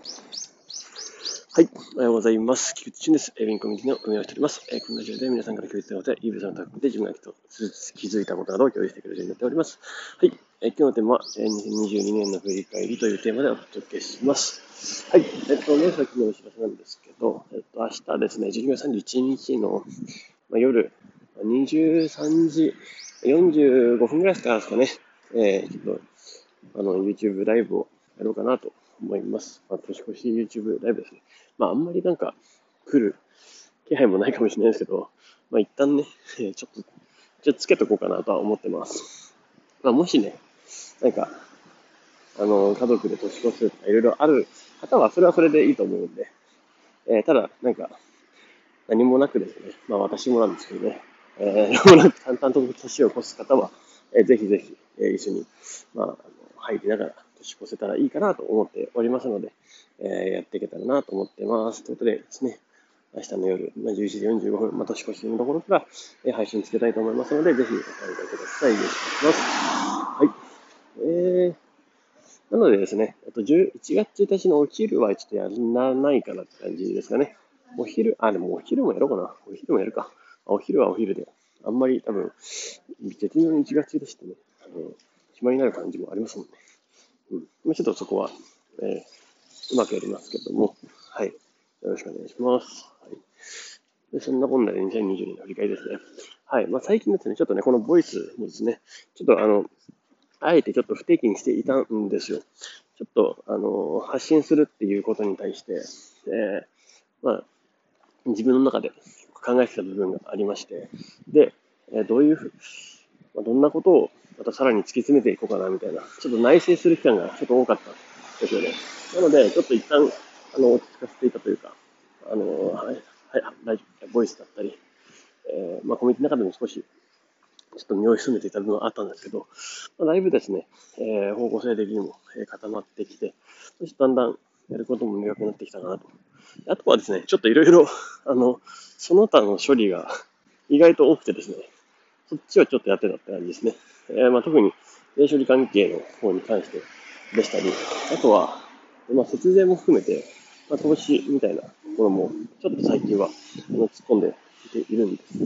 はい、おはようございます。菊池俊です。ウィンコミュニティの運営をしております。このラジオで皆さんから共有のことや、イーブさんのタッグで自分が気づいたことなどを共有してくれるようになっております。はい、今日のテーマは、2022年の振り返りというテーマでお届けします。はい、ね、先のお知らせなんですけど、明日ですね、12月31日の、夜23時45分ぐらいですかね、ちょっと、YouTube ライブをやろうかなと思います。年越し YouTube ライブですね。あんまり来る気配もないかもしれないですけど、一旦ね、ちょっとつけとこうかなとは思ってます。もしね、なんか、家族で年越すとかいろいろある方は、それはそれでいいと思うんで、ただ、何もなくですね、私もなんですけどね、何もなく淡々と年を越す方は、ぜひぜひ、一緒に、入りながら年越せたらいいかなと思っておりますので、やっていけたらなと思ってます。ということでですね、明日の夜、11時45分、年越しのところから、配信つけたいと思いますので、ぜひご参加ください。よろしくお願いします。はい。なのでですね、1月1日のお昼はちょっとやらないかなって感じですかね。でもお昼もやろうかな。お昼もやるか。お昼はお昼で。あんまり多分、絶妙に1月1日ってね、暇になる感じもありますもんね。ちょっとそこは、うまくやりますけども、はい。よろしくお願いします。はい。でそんなこんなで2022年の振り返りですね。はい。最近ですね、ちょっとね、このボイスもですね、ちょっとあえてちょっと不定期にしていたんですよ。ちょっと、発信するっていうことに対して、えーまあ、自分の中で考えてた部分がありまして、で、どういうふう、どんなことをまたさらに突き詰めていこうかなみたいな、ちょっと内省する期間がちょっと多かったんですよね。なので、ちょっと一旦、落ち着かせていたというか、ボイスだったり、コミュニティの中でも少しちょっと身を潜めていた部分はあったんですけど、だいぶですね、方向性的にも固まってきて、そしてだんだんやることも磨くなってきたかなと。あとはですね、ちょっといろいろ、その他の処理が意外と多くてですね、そっちをちょっとやってたって感じですね。特に、電処理関係の方に関してでしたり、あとは、節税も含めて、投資みたいなところも、ちょっと最近は突っ込んでいているんです。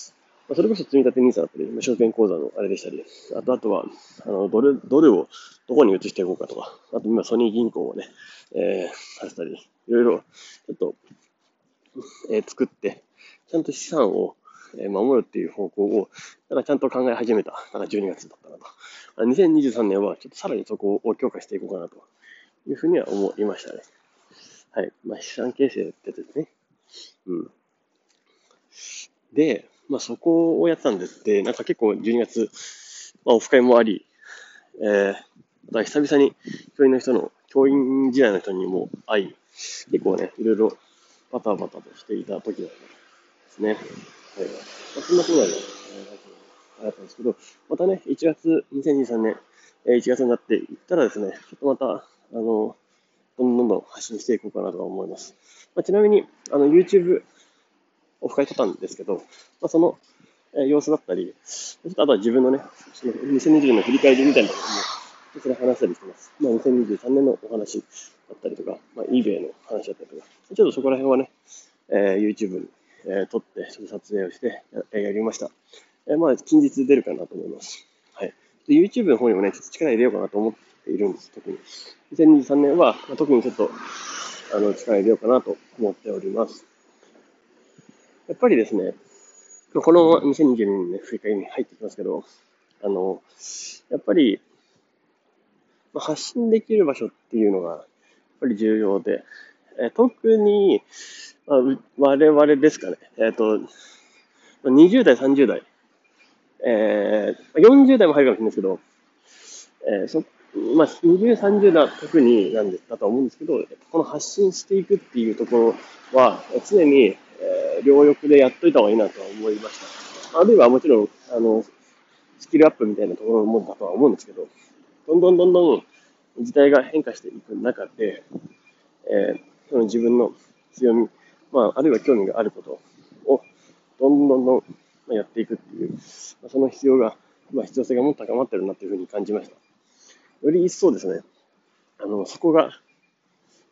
それこそ積立 NISA だったり、証券口座のあれでしたり、あとは、ドルをどこに移していこうかとか、あと今ソニー銀行をね、させたり、いろいろ、ちょっと、作って、ちゃんと資産を守るっていう方向を、ちゃんと考え始めた、12月だったなと。2023年はちょっとさらにそこを強化していこうかなというふうには思いましたね。はい。資産形成ってですね。うん。で、そこをやったんですって、結構12月、オフ会もあり、久々に教員時代の人にも会い、結構ね、いろいろバタバタとしていた時なんですね。そんなことで、あったんですけど、またね、2023年、1月になっていったらですね、ちょっとまた、どんどん発信していこうかなと思います。ちなみに、YouTube オフ会取ったんですけど、その、様子だったり、あとは自分のね、その2020年の振り返りみたいなことも、それ話したりしてます。2023年のお話だったりとか、eBay の話だったりとか、ちょっとそこら辺はね、YouTube に、撮って、ちょっと撮影をして、やりました。近日出るかなと思います。はい。YouTube の方にもね、ちょっと力入れようかなと思っているんです、特に。2023年は、特にちょっと、力入れようかなと思っております。やっぱりですね、この2022年の振り返りに入ってきますけど、やっぱり、発信できる場所っていうのが、やっぱり重要で、特に、我々ですかね、20代、30代、40代も入るかもしれないですけど、20、30代は特にだと思うんですけど、この発信していくっていうところは、常に、両翼でやっといた方がいいなとは思いました。あるいはもちろん、スキルアップみたいなところもだとは思うんですけど、どんどん時代が変化していく中で、その自分の強み、あるいは興味があることをどんどんやっていくっていう、その必要性がもっと高まってるなというふうに感じました。より一層ですね、そこが、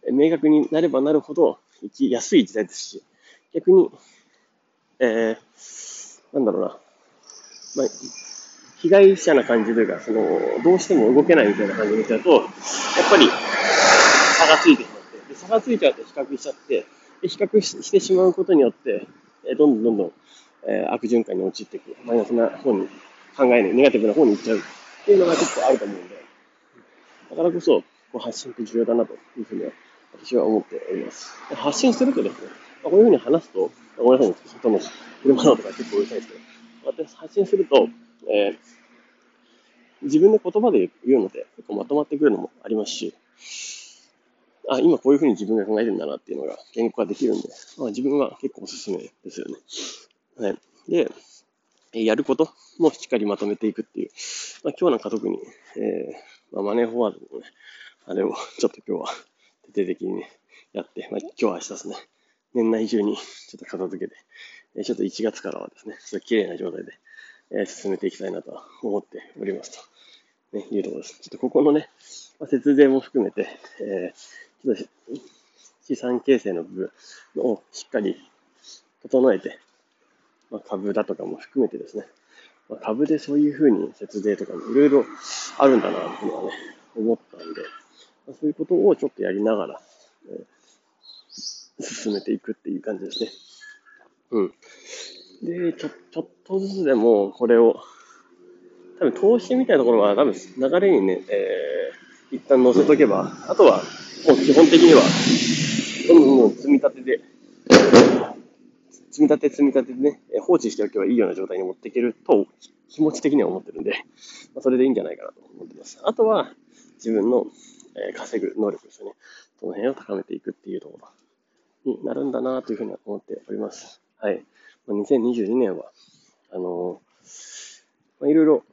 明確になればなるほど生きやすい時代ですし、逆に、なんだろうな、まあ、被害者な感じというか、どうしても動けないみたいな感じの人だと、やっぱり差がついてしまって、で差がついちゃうと比較しちゃって、で比較してしまうことによって、どんどん、悪循環に陥っていく、マイナスな方に考える、ネガティブな方に行っちゃうっていうのが結構あると思うんで、だからこそ、発信って重要だなというふうには私は思っております。発信するとですね、こういうふうに話すと、ごめんなさいね、外の車の音が結構うるさいですけど、私発信すると、自分の言葉で言うので、結構まとまってくるのもありますし、今こういうふうに自分が考えてるんだなっていうのが言語化できるんで、自分は結構おすすめですよね。はい。で、やることもしっかりまとめていくっていう。今日なんか特に、マネーフォワードのね、あれをちょっと今日は徹底的にね、やって、今日は明日ですね、年内中にちょっと片付けて、ちょっと1月からはですね、ちょっと綺麗な状態で、進めていきたいなと思っておりますと、いうところです。ちょっとここのね、節税も含めて、ちょっと資産形成の部分をしっかり整えて、株だとかも含めてですね、株でそういうふうに節税とかもいろいろあるんだなっていうのはね、思ったんで、そういうことをちょっとやりながら、進めていくっていう感じですね。うん。で、ちょっとずつでもこれを、多分投資みたいなところは多分流れにね、一旦乗せとけば、あとはもう基本的には、どんどん積み立てで、ね、放置しておけばいいような状態に持っていけると、気持ち的には思ってるんで、それでいいんじゃないかなと思ってます。あとは、自分の、稼ぐ能力ですよね。その辺を高めていくっていうところになるんだなというふうには思っております。はい。2022年は、いろいろ、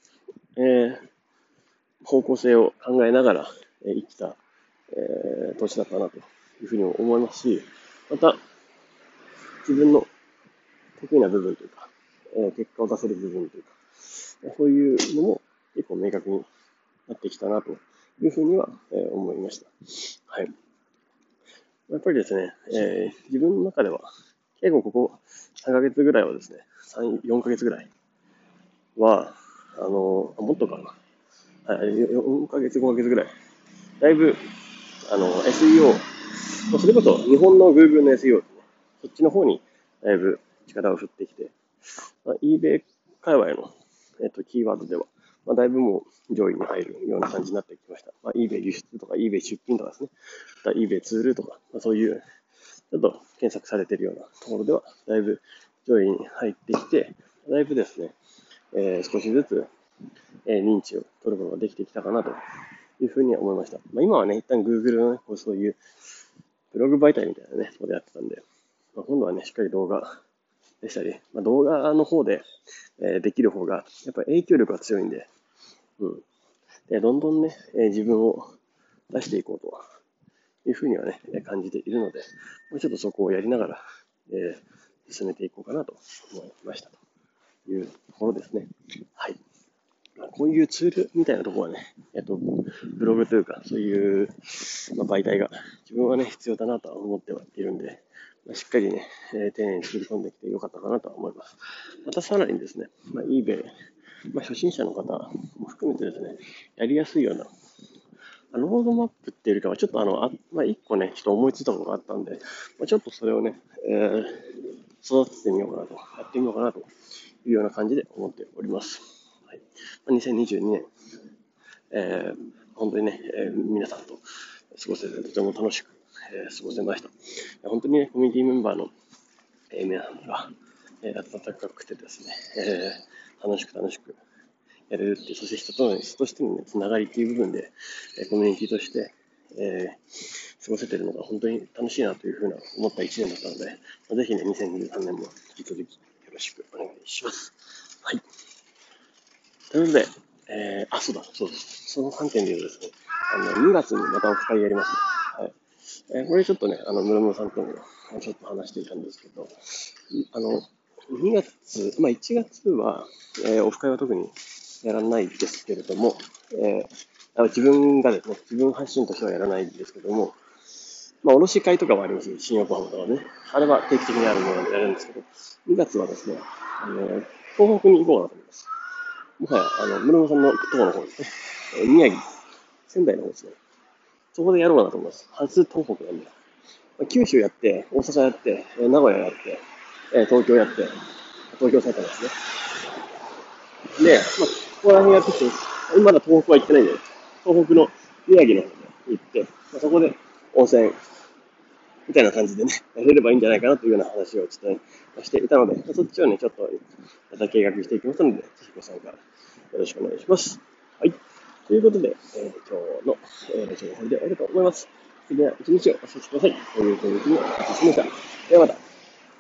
方向性を考えながら、生きた、年だったなというふうにも思いますし、また、自分の得意な部分というか、結果を出せる部分というか、そういうのも結構明確になってきたなというふうには、思いました。はい。やっぱりですね、自分の中では、結構ここ3ヶ月ぐらいはですね、3、4ヶ月ぐらいは、もっとかな。はい、4ヶ月、5ヶ月ぐらい。だいぶ、SEO、それこそ日本の Google の SEO ですね。そっちの方にだいぶ力を振ってきて、eBay 界隈の、キーワードでは、だいぶもう上位に入るような感じになってきました。eBay 輸出とか eBay 出品とかですね。eBay ツールとか、そういう、ちょっと検索されているようなところでは、だいぶ上位に入ってきて、だいぶですね、少しずつ、認知を取ることができてきたかなというふうに思いました。今はね、一旦 Google のね、そういうブログ媒体みたいなね、ところでやってたんで、今度はね、しっかり動画でしたり、動画の方で、できる方が、やっぱり影響力が強いんで、どんどんね、自分を出していこうというふうにはね、感じているので、もうちょっとそこをやりながら、進めていこうかなと思いましたというところですね。はい。こういうツールみたいなところはね、ブログというか、そういう、媒体が自分はね、必要だなとは思ってはいるんで、しっかりね、丁寧に作り込んできてよかったかなとは思います。またさらにですね、eBay、初心者の方も含めてですね、やりやすいような、ロードマップっていうよりかは、ちょっと一個ね、ちょっと思いついたことがあったんで、ちょっとそれをね、育ててみようかなと、やってみようかなというような感じで思っております。はい。2022年、本当にね、皆さんと過ごせてとても楽しく、過ごせました。本当にね、コミュニティメンバーの、皆さんが、温かくてですね、楽しくやれるっていう、そして人としての、ね、つながりっていう部分で、コミュニティとして、過ごせているのが本当に楽しいなというふうな思った1年だったので、ぜひね、2023年も引き続きよろしくお願いします。はい。ということで、そうです。その観点で言うとですね、2月にまたオフ会やります、ね。はい。これちょっとね、室村さんともちょっと話していたんですけど、2月、1月は、オフ会は特にやらないですけれども、自分がですね、自分発信としてはやらないんですけども、 まあ、卸会とかもありますし、新横浜とかね。あれは定期的にあるものでやるんですけど、2月はですね、東北に行こうかなと思います。もはや、室野さんのところの方ですね。宮城、仙台の方ですね。そこでやろうかなと思います。初東北なんで。九州やって、大阪やって、名古屋やって、東京やって、東京埼玉ですね。で、まあ、ここら辺やってきて、まだ東北は行ってないんで、東北の宮城の方に行って、まあ、そこで温泉みたいな感じでね、やれればいいんじゃないかなというような話をちょっとね、していたので、そっちをね、ちょっとまた計画していきますので、ぜひご参加よろしくお願いします。はい。ということで、今日の、ラジオはこれで終わりたいと思います。それでは一日をお過ごしください。というふうにお待ちしてました。ではまた。